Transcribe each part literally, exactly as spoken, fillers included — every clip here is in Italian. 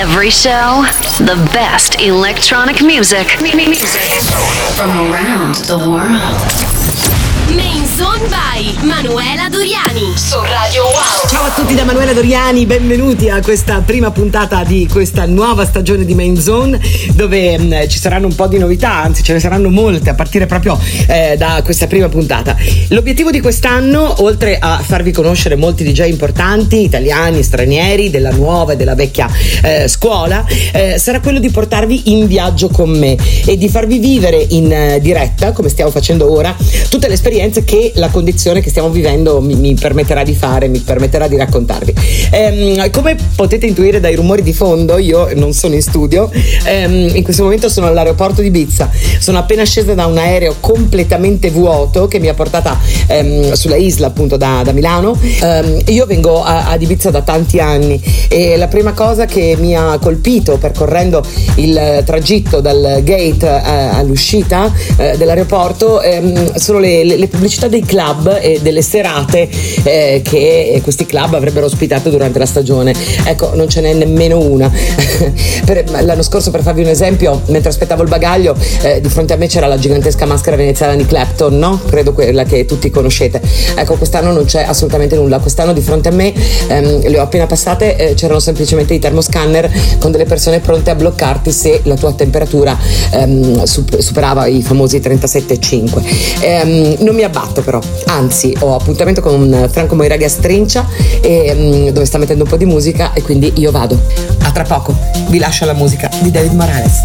Every show, the best electronic music. Music from around the world. Main Zone by Manuela Doriani su Radio Wow. Ciao a tutti da Manuela Doriani, benvenuti a questa prima puntata di questa nuova stagione di Main Zone, dove mh, ci saranno un po' di novità, anzi ce ne saranno molte a partire proprio eh, da questa prima puntata. L'obiettivo di quest'anno, oltre a farvi conoscere molti D J importanti, italiani, stranieri, della nuova e della vecchia eh, scuola, eh, sarà quello di portarvi in viaggio con me e di farvi vivere in eh, diretta, come stiamo facendo ora, tutte le esperienze che la condizione che stiamo vivendo mi, mi permetterà di fare, mi permetterà di raccontarvi. Ehm, come potete intuire dai rumori di fondo, io non sono in studio, ehm, in questo momento sono all'aeroporto di Ibiza, sono appena scesa da un aereo completamente vuoto che mi ha portata ehm, sulla Isla, appunto da, da Milano. Ehm, io vengo a, ad Ibiza da tanti anni e la prima cosa che mi ha colpito percorrendo il tragitto dal gate eh, all'uscita eh, dell'aeroporto ehm, sono le, le, le pubblicità dei club e delle serate eh, che questi club avrebbero ospitato durante la stagione. Ecco, non ce n'è nemmeno una. per, l'anno scorso, per farvi un esempio, mentre aspettavo il bagaglio, eh, di fronte a me c'era la gigantesca maschera veneziana di Clapton, no? Credo quella che tutti conoscete. Ecco, quest'anno non c'è assolutamente nulla. Quest'anno di fronte a me, ehm, le ho appena passate, eh, c'erano semplicemente i termoscanner con delle persone pronte a bloccarti se la tua temperatura ehm, superava i famosi trentasette virgola cinque. Ehm, non mi abbatto però, anzi ho appuntamento con Franco Moiraghi a Strincia e, um, dove sta mettendo un po' di musica e quindi io vado. A tra poco, vi lascio la musica di David Morales.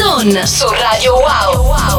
Zone su Radio Wow. Wow.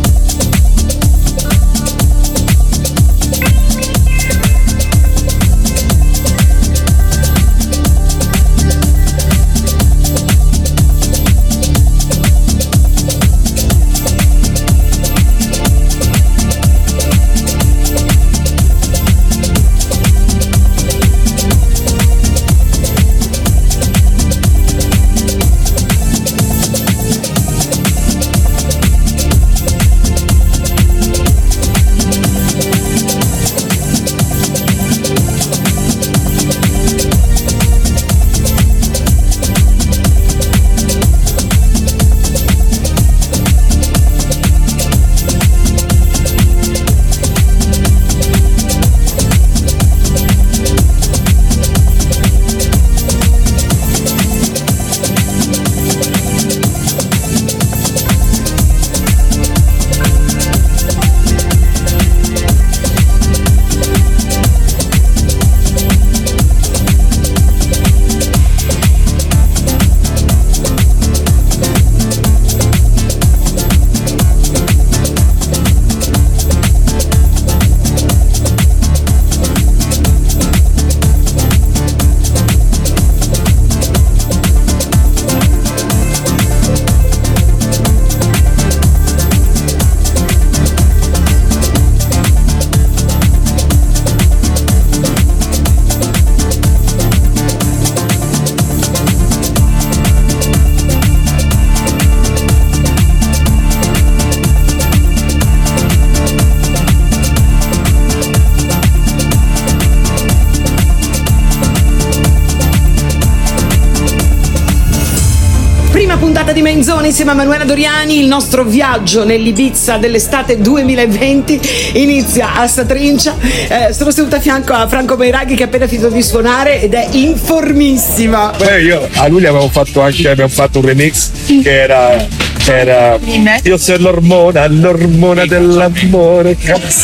Puntata di Main Zone insieme a Manuela Doriani. Il nostro viaggio nell'Ibiza dell'estate duemilaventi inizia a Satrincia. Eh, sono seduta a fianco a Franco Meiraghi che ha appena finito di suonare ed è informissima. Beh, io a lui gli avevo fatto anche abbiamo fatto un remix che era era io sono l'ormona, l'ormona dell'amore.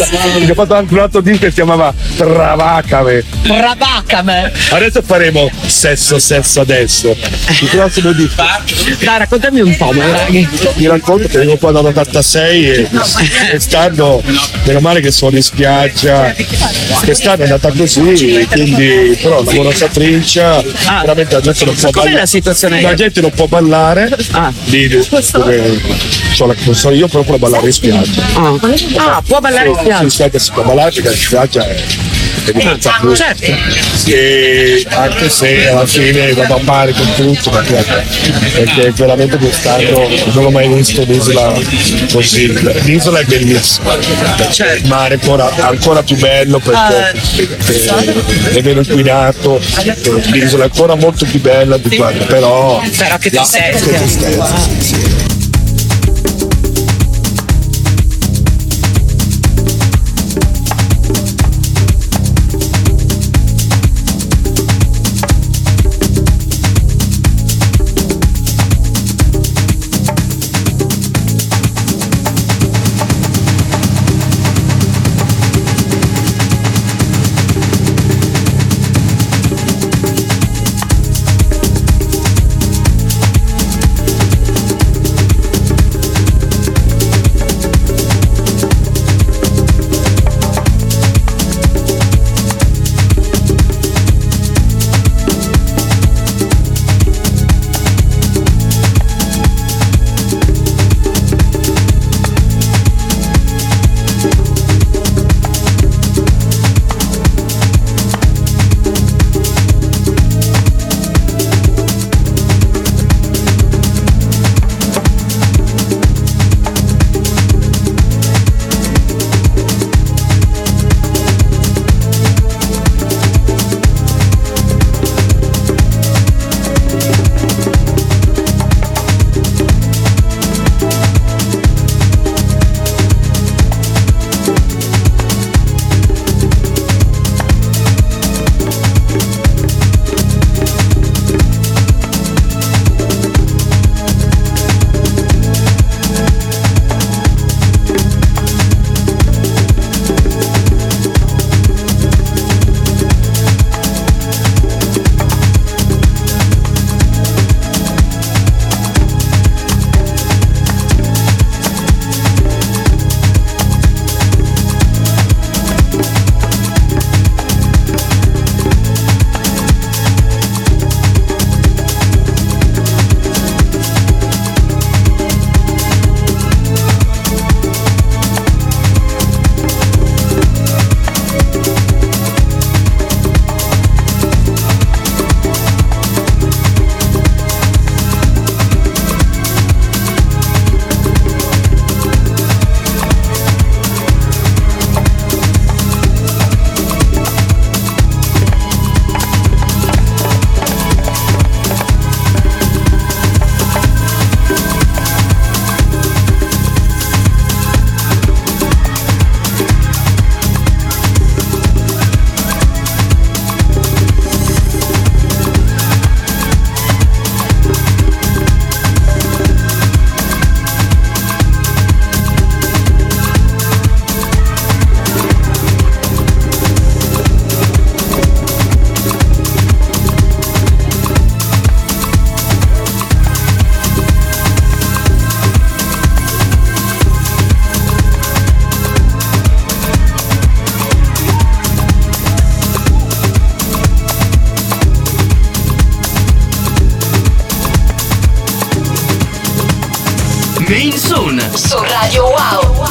Ho fatto anche un altro disco che si chiamava Travacame. Travacame. Adesso faremo sesso, sesso adesso. Il prossimo disco. Dai, raccontami un po', Meiraghi. Ti racconto che vengo qua dall'ottantasei e quest'anno, meno male che sono in spiaggia, quest'anno è andata così, quindi però lavoro a Satrincia, ah. Veramente la gente non può ballare. Com'è la situazione? La gente non può ballare, ah. Lì, dove c'ho la console, io proprio ballare in spiaggia. Ah, ah può ballare in spiaggia? In spiaggia si può ballare perché in spiaggia è Ah, certo. E anche se alla fine vado a mare con tutto perché, perché veramente quest'anno non ho mai visto un'isola così. L'isola è bellissima, il mare è ancora, ancora più bello perché è, è meno inquinato, l'isola è ancora molto più bella di quanto, però però che tristezza, che tristezza sì. Main Zone su Radio Wow.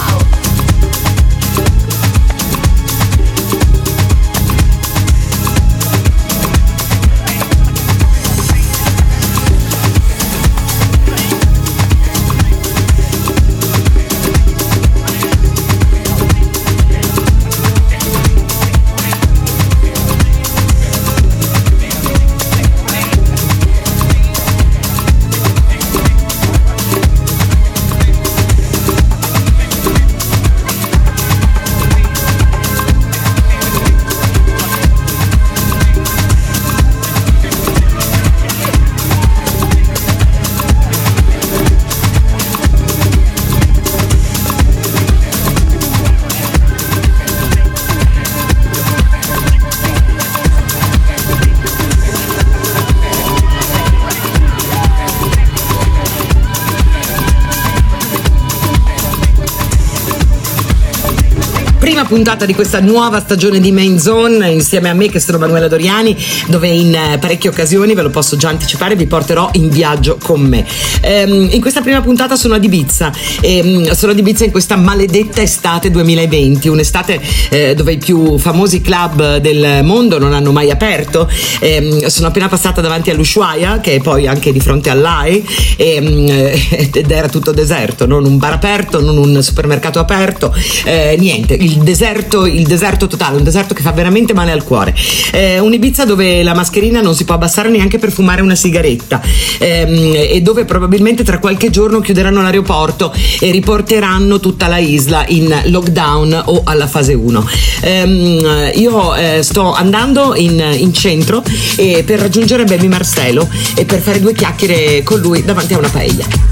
Prima puntata di questa nuova stagione di Main Zone insieme a me, che sono Manuela Doriani, dove in parecchie occasioni, ve lo posso già anticipare, vi porterò in viaggio con me. Ehm, in questa prima puntata sono ad Ibiza, e sono ad Ibiza in questa maledetta estate duemilaventi, un'estate eh, dove i più famosi club del mondo non hanno mai aperto. Ehm, sono appena passata davanti all'Ushuaia, che è poi anche di fronte all'A I, e, ed era tutto deserto, non un bar aperto, non un supermercato aperto, eh, niente, il deserto, il deserto totale, un deserto che fa veramente male al cuore. Eh, un Ibiza dove la mascherina non si può abbassare neanche per fumare una sigaretta, ehm, e dove probabilmente tra qualche giorno chiuderanno l'aeroporto e riporteranno tutta la isla in lockdown o alla fase uno. Ehm, io eh, sto andando in, in centro e per raggiungere Baby Marcelo e per fare due chiacchiere con lui davanti a una paella.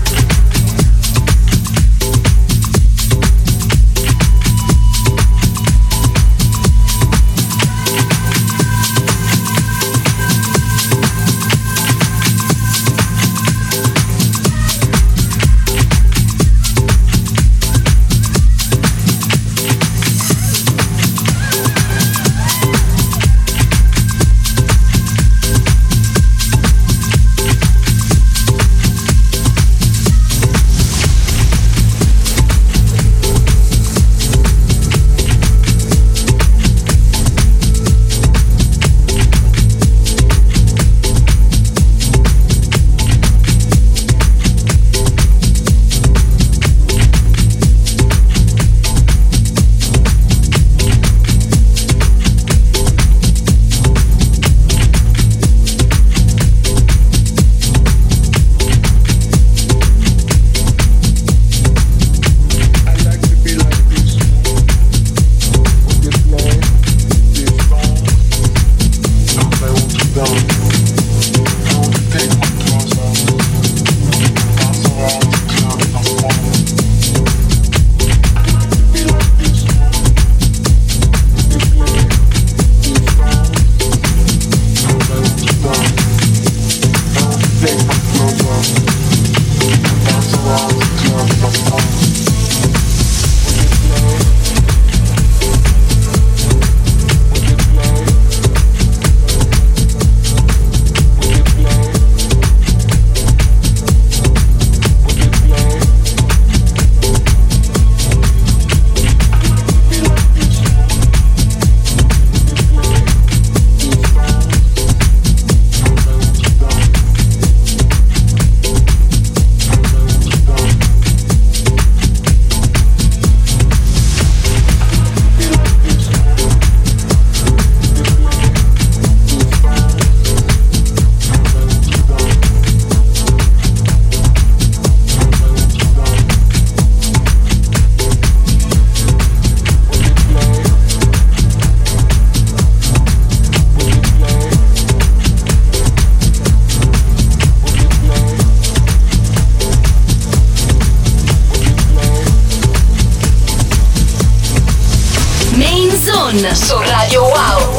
Su Radio Wow.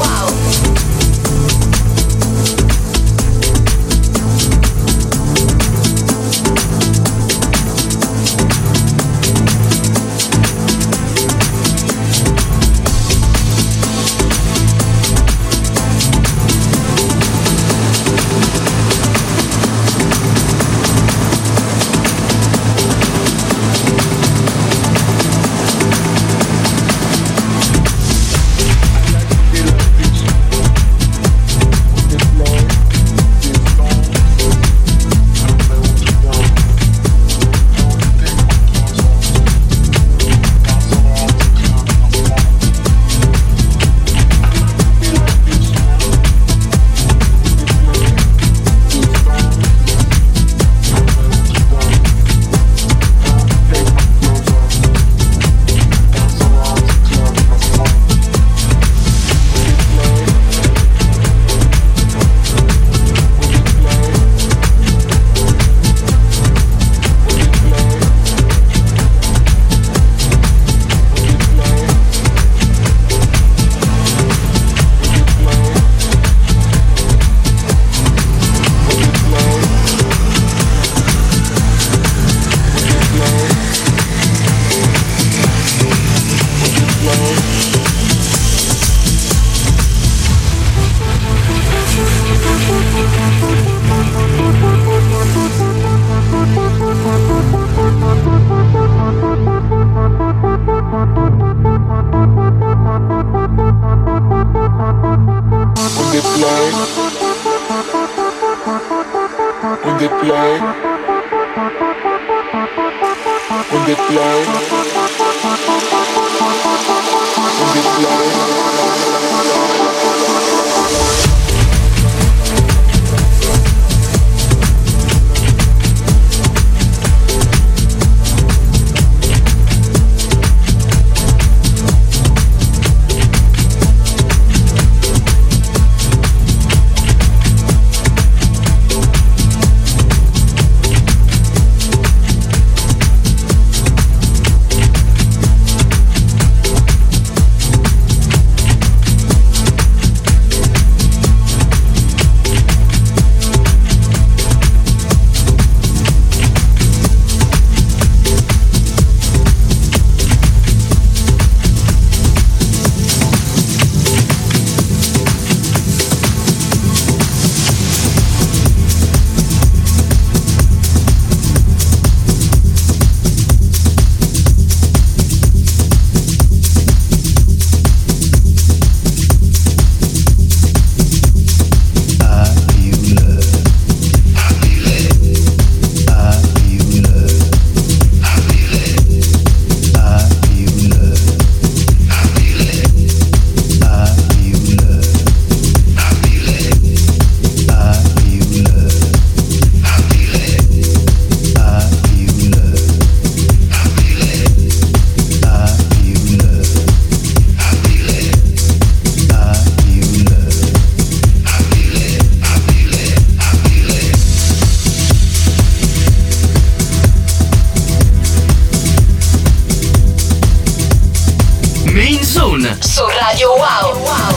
in the flow, in the flow. Su Radio Wow. Wow.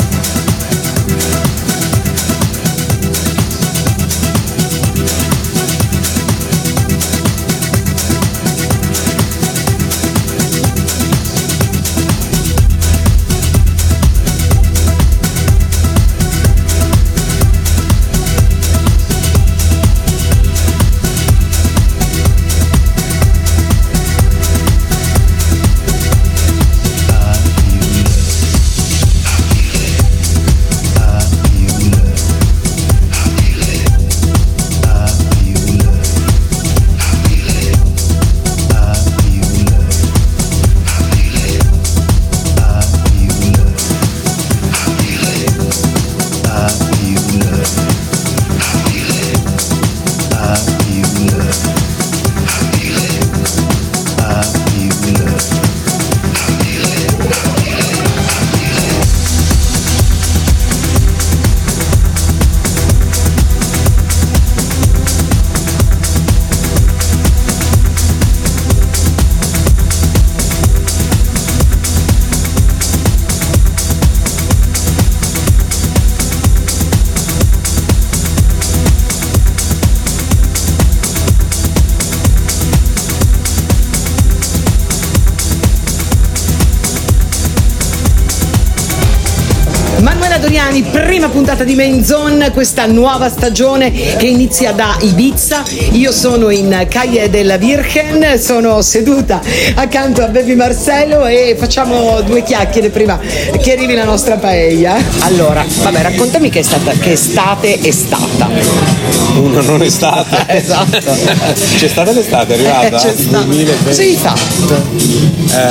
Doriani, prima puntata di Main Zone, questa nuova stagione che inizia da Ibiza. Io sono in Calle della Virgen, sono seduta accanto a Baby Marcello e facciamo due chiacchiere prima che arrivi la nostra paella. Allora, vabbè, raccontami che, è stata, che estate è stata. Una non estate. Esatto. C'è stata l'estate, è arrivata? C'è stata. duemilaventi. Cosa hai fatto?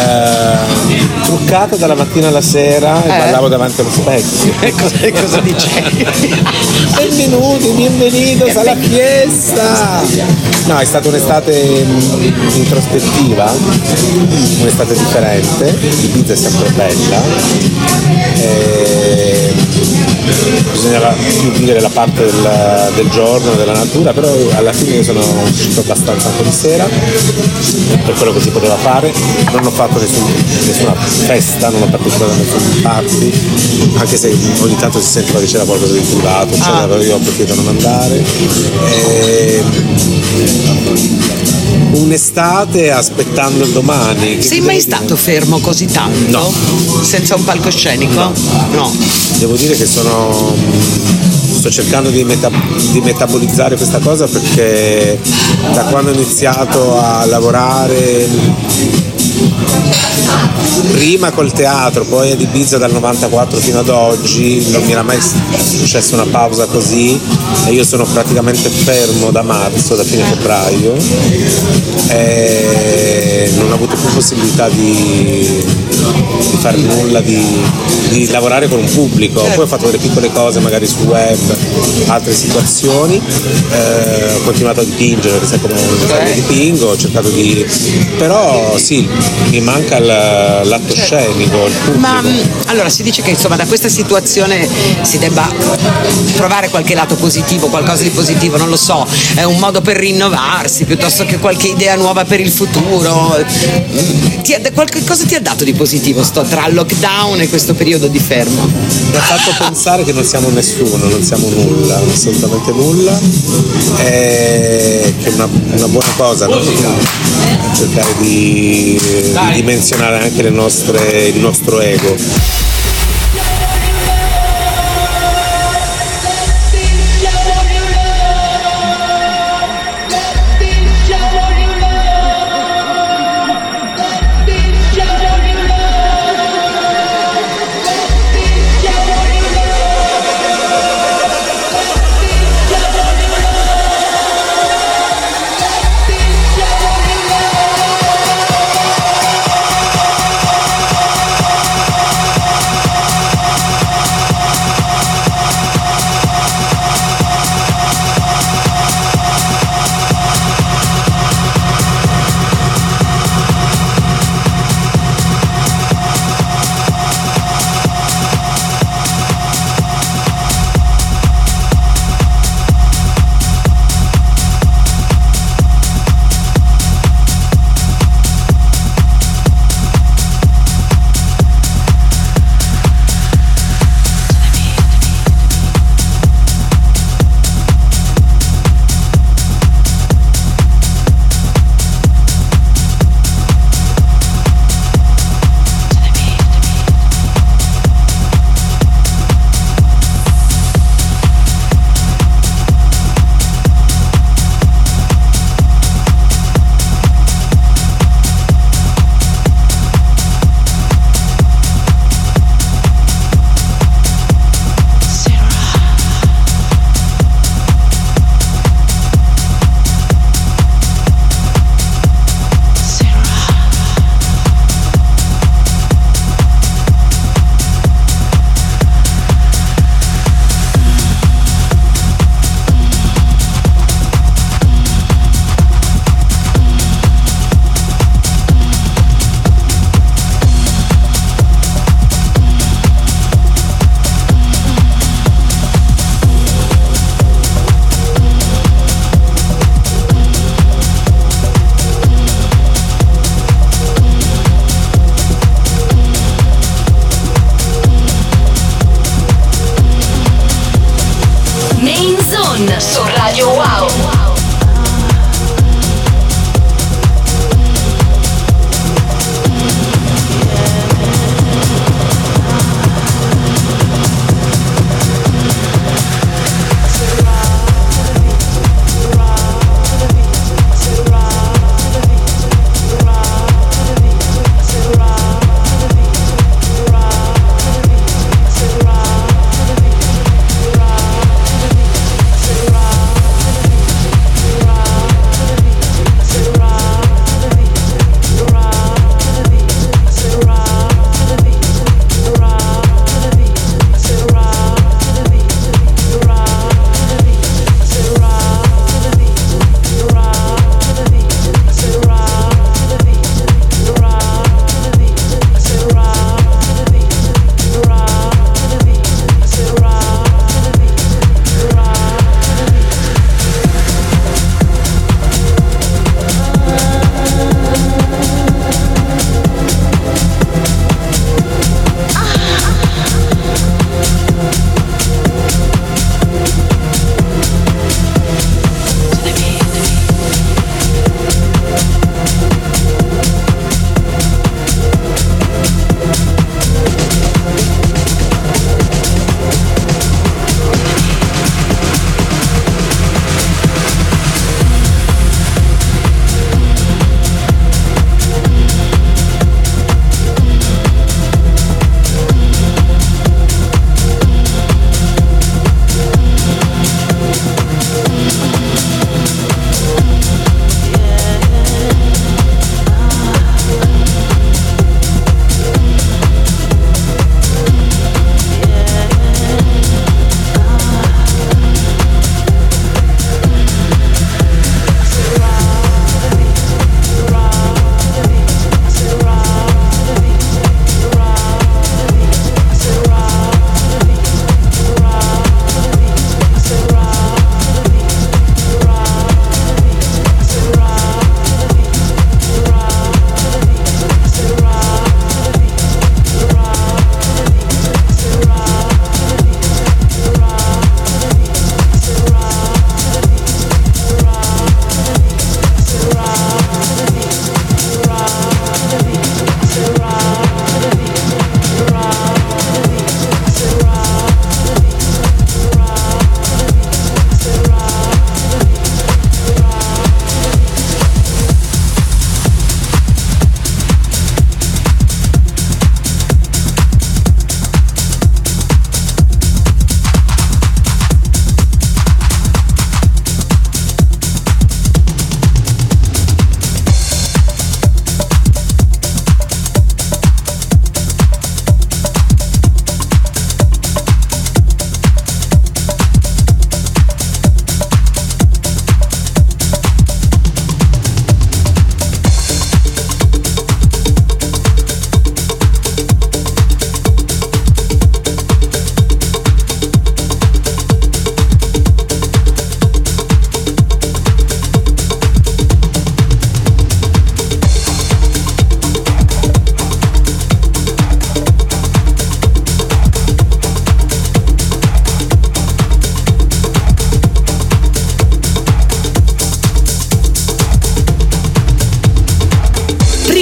Eh, truccata dalla mattina alla sera e Eh? ballavo davanti allo specchio. E cosa, cosa dicevi? Benvenuti, bienvenidos alla fiesta! No, è stata un'estate mh, introspettiva, un'estate differente, Ibiza è sempre bella. E bisognava vivere la parte del, del giorno, della natura, però alla fine io sono uscito abbastanza anche di sera per quello che si poteva fare. Non ho fatto nessun, nessuna festa, non ho partecipato a nessun party, anche se ogni tanto si sentiva che c'era qualcosa di privato, eccetera, ah. però io ho preferito non andare. E un'estate aspettando il domani. Sei mai stato fermo così tanto? No. Senza un palcoscenico? No. No. Devo dire che sono sto cercando di, meta, di metabolizzare questa cosa, perché da quando ho iniziato a lavorare prima col teatro, poi ad Ibiza dal novantaquattro fino ad oggi non mi era mai successa una pausa così, e io sono praticamente fermo da marzo, da fine febbraio, e non ho avuto più possibilità di, di fare nulla, di, di lavorare con un pubblico. Poi ho fatto delle piccole cose magari sul web, altre situazioni, eh, ho continuato a dipingere, sai come dipingo, ho cercato di... però sì, mi manca il, l'atto scenico, il pubblico. Ma mh, allora si dice che insomma da questa situazione si debba trovare qualche lato positivo, qualcosa di positivo, non lo so, è un modo per rinnovarsi piuttosto che qualche idea nuova per il futuro. Ti ha, qualche cosa ti ha dato di positivo sto tra il lockdown e questo periodo di fermo? Mi ha fatto pensare che non siamo nessuno, non siamo nulla, assolutamente nulla, e che è una, una buona cosa, no? Cercare di, di dimensionare anche le nostre, il nostro ego.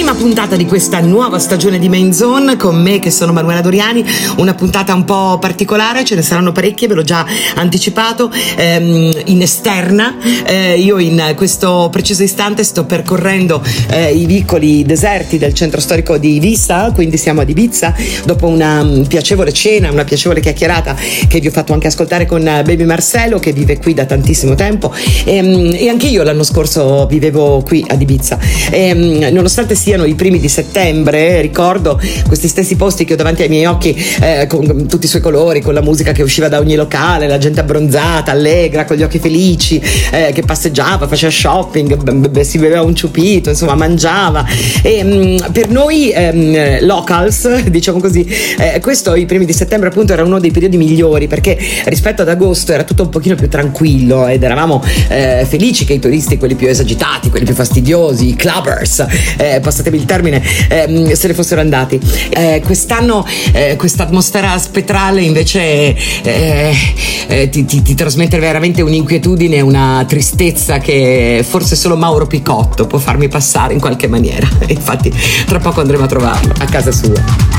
prima puntata di questa nuova stagione di Main Zone con me che sono Manuela Doriani, una puntata un po' particolare, ce ne saranno parecchie, ve l'ho già anticipato, ehm, in esterna. Eh, io in questo preciso istante sto percorrendo eh, i vicoli deserti del centro storico di Ibiza, quindi siamo ad Ibiza dopo una um, piacevole cena, una piacevole chiacchierata che vi ho fatto anche ascoltare con Baby Marcelo, che vive qui da tantissimo tempo, e, um, e anche io l'anno scorso vivevo qui ad Ibiza. E, um, nonostante siano i primi di settembre, ricordo questi stessi posti che ho davanti ai miei occhi, eh, con tutti i suoi colori, con la musica che usciva da ogni locale, la gente abbronzata, allegra, con gli occhi felici, eh, che passeggiava, faceva shopping, b- b- si beveva un ciupito, insomma mangiava. E um, per noi um, locals, diciamo così, eh, questo i primi di settembre appunto era uno dei periodi migliori, perché rispetto ad agosto era tutto un pochino più tranquillo ed eravamo eh, felici che i turisti, quelli più esagitati, quelli più fastidiosi, i clubbers, eh, passatemi il termine, eh, se ne fossero andati. Eh, quest'anno eh, questa atmosfera spettrale invece eh, eh, ti, ti, ti trasmette veramente un'inquietudine, una tristezza che forse solo Mauro Picotto può farmi passare in qualche maniera. Infatti tra poco andremo a trovarlo a casa sua.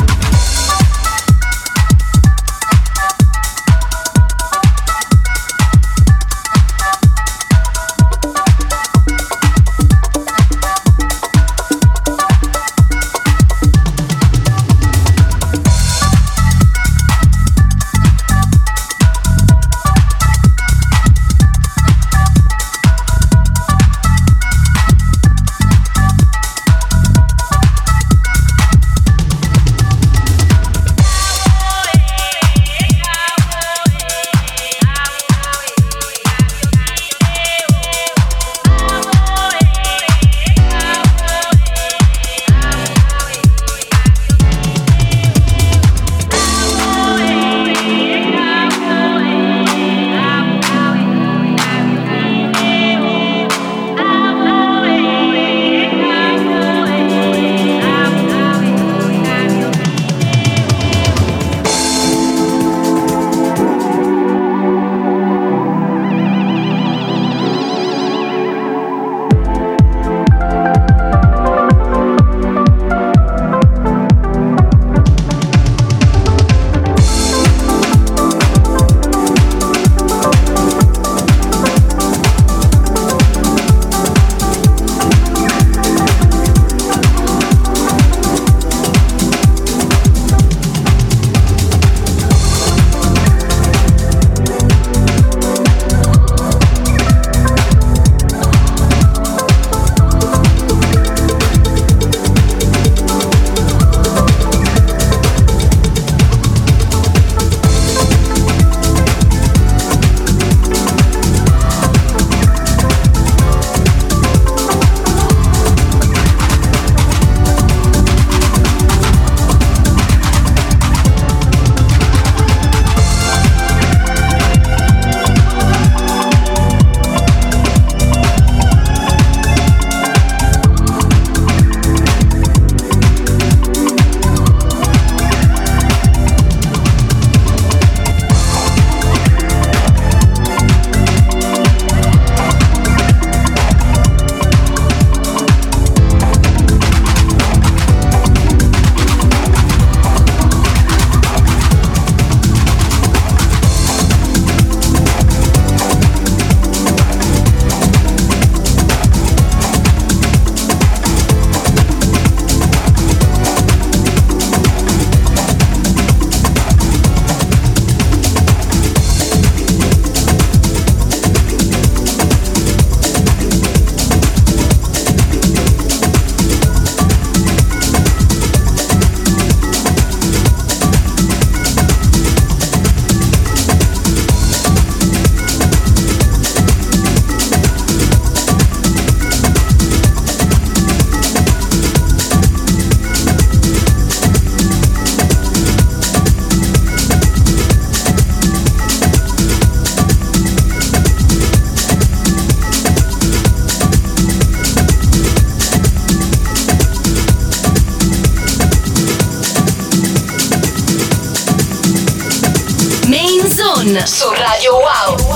su Radio Wow.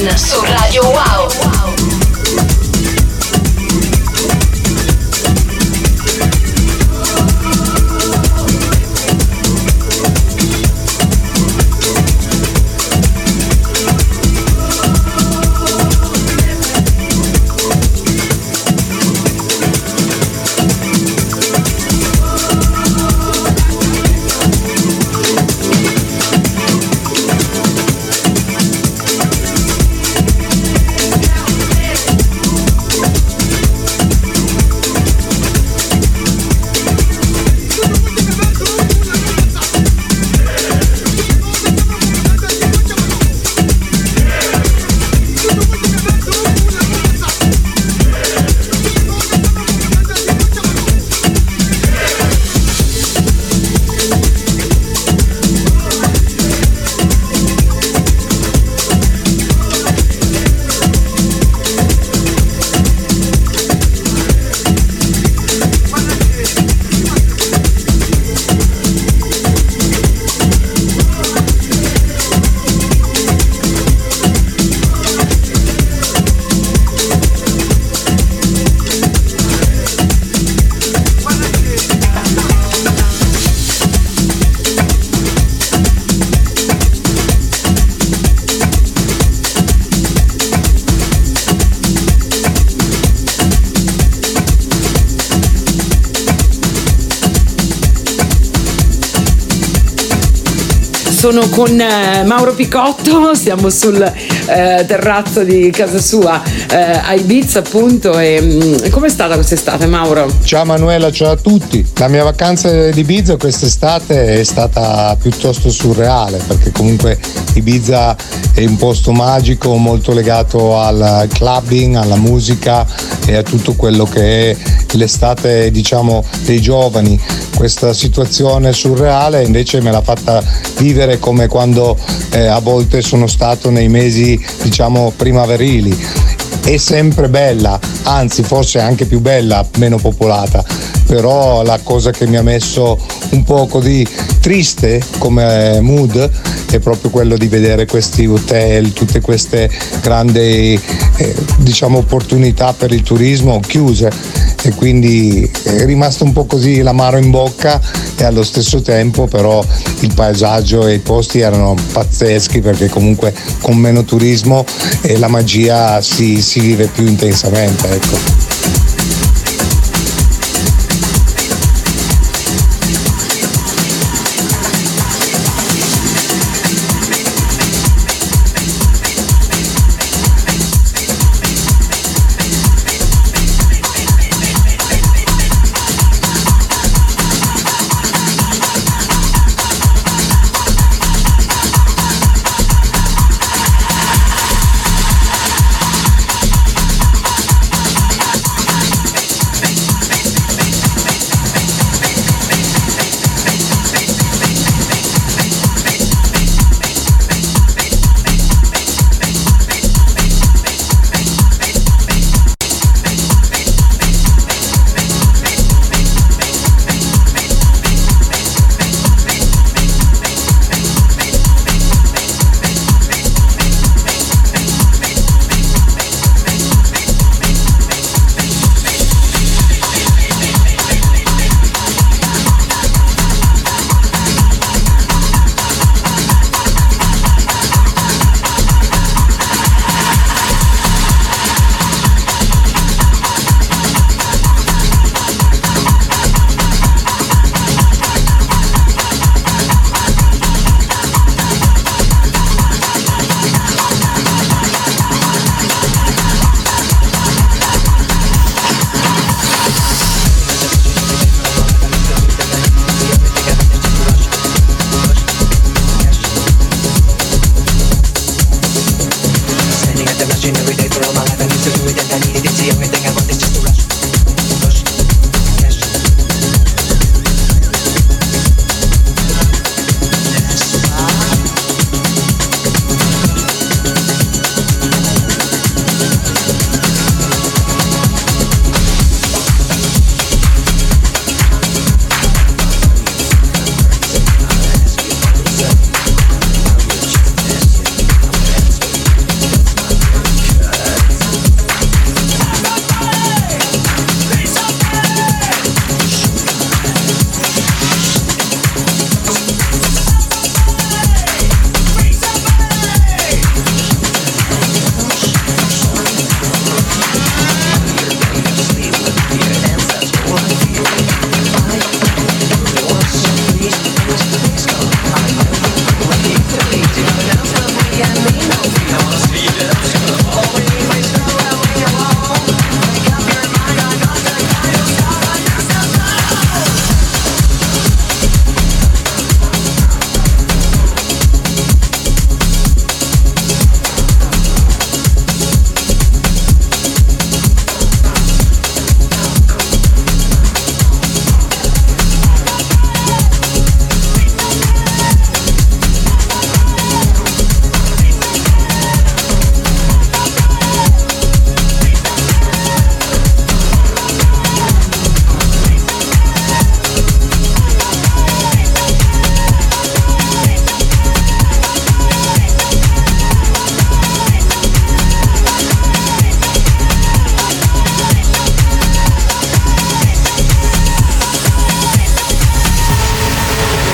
Zone su Radio Wow. Sono con eh, Mauro Picotto, siamo sul eh, terrazzo di casa sua eh, a Ibiza appunto. E mh, com'è stata quest'estate, Mauro? Ciao Manuela, ciao a tutti. La mia vacanza di Ibiza quest'estate è stata piuttosto surreale, perché comunque Ibiza è un posto magico molto legato al clubbing, alla musica e a tutto quello che è l'estate, diciamo, dei giovani. Questa situazione surreale invece me l'ha fatta vivere come quando eh, a volte sono stato nei mesi, diciamo, primaverili. È sempre bella, anzi forse anche più bella, meno popolata, però la cosa che mi ha messo un poco di triste come mood è proprio quello di vedere questi hotel, tutte queste grandi eh, diciamo opportunità per il turismo chiuse, e quindi è rimasto un po' così l'amaro in bocca, e allo stesso tempo però il paesaggio e i posti erano pazzeschi, perché comunque con meno turismo eh, la magia si, si vive più intensamente, ecco.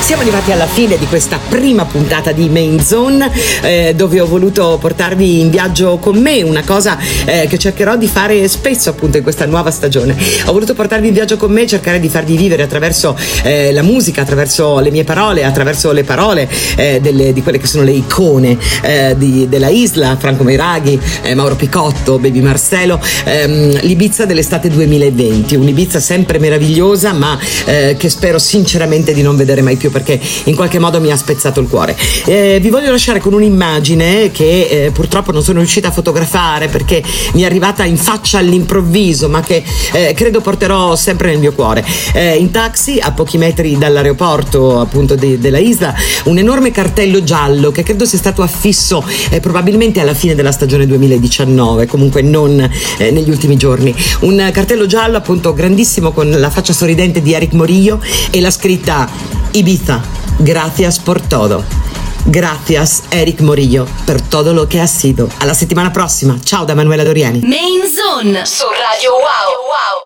Siamo arrivati alla fine di questa prima puntata di Main Zone, eh, dove ho voluto portarvi in viaggio con me, una cosa eh, che cercherò di fare spesso appunto in questa nuova stagione. Ho voluto portarvi in viaggio con me, cercare di farvi vivere attraverso eh, la musica, attraverso le mie parole, attraverso le parole eh, delle, di quelle che sono le icone eh, di, della Isla, Franco Meiraghi, eh, Mauro Picotto, Baby Marcelo, ehm, l'Ibiza dell'estate duemilaventi, un'Ibiza sempre meravigliosa, ma eh, che spero sinceramente di non vedere mai più, perché in qualche modo mi ha spezzato il cuore. Eh, vi voglio lasciare con un'immagine che eh, purtroppo non sono riuscita a fotografare perché mi è arrivata in faccia all'improvviso, ma che eh, credo porterò sempre nel mio cuore. Eh, in taxi, a pochi metri dall'aeroporto appunto de- della Isla, un enorme cartello giallo che credo sia stato affisso eh, probabilmente alla fine della stagione duemiladiciannove, comunque non eh, negli ultimi giorni. Un cartello giallo appunto grandissimo con la faccia sorridente di Eric Morillo e la scritta Ibiza, gracias por todo. Gracias Eric Morillo per todo lo que has sido. Alla settimana prossima. Ciao da Manuela Doriani. Main Zone su Radio Wow.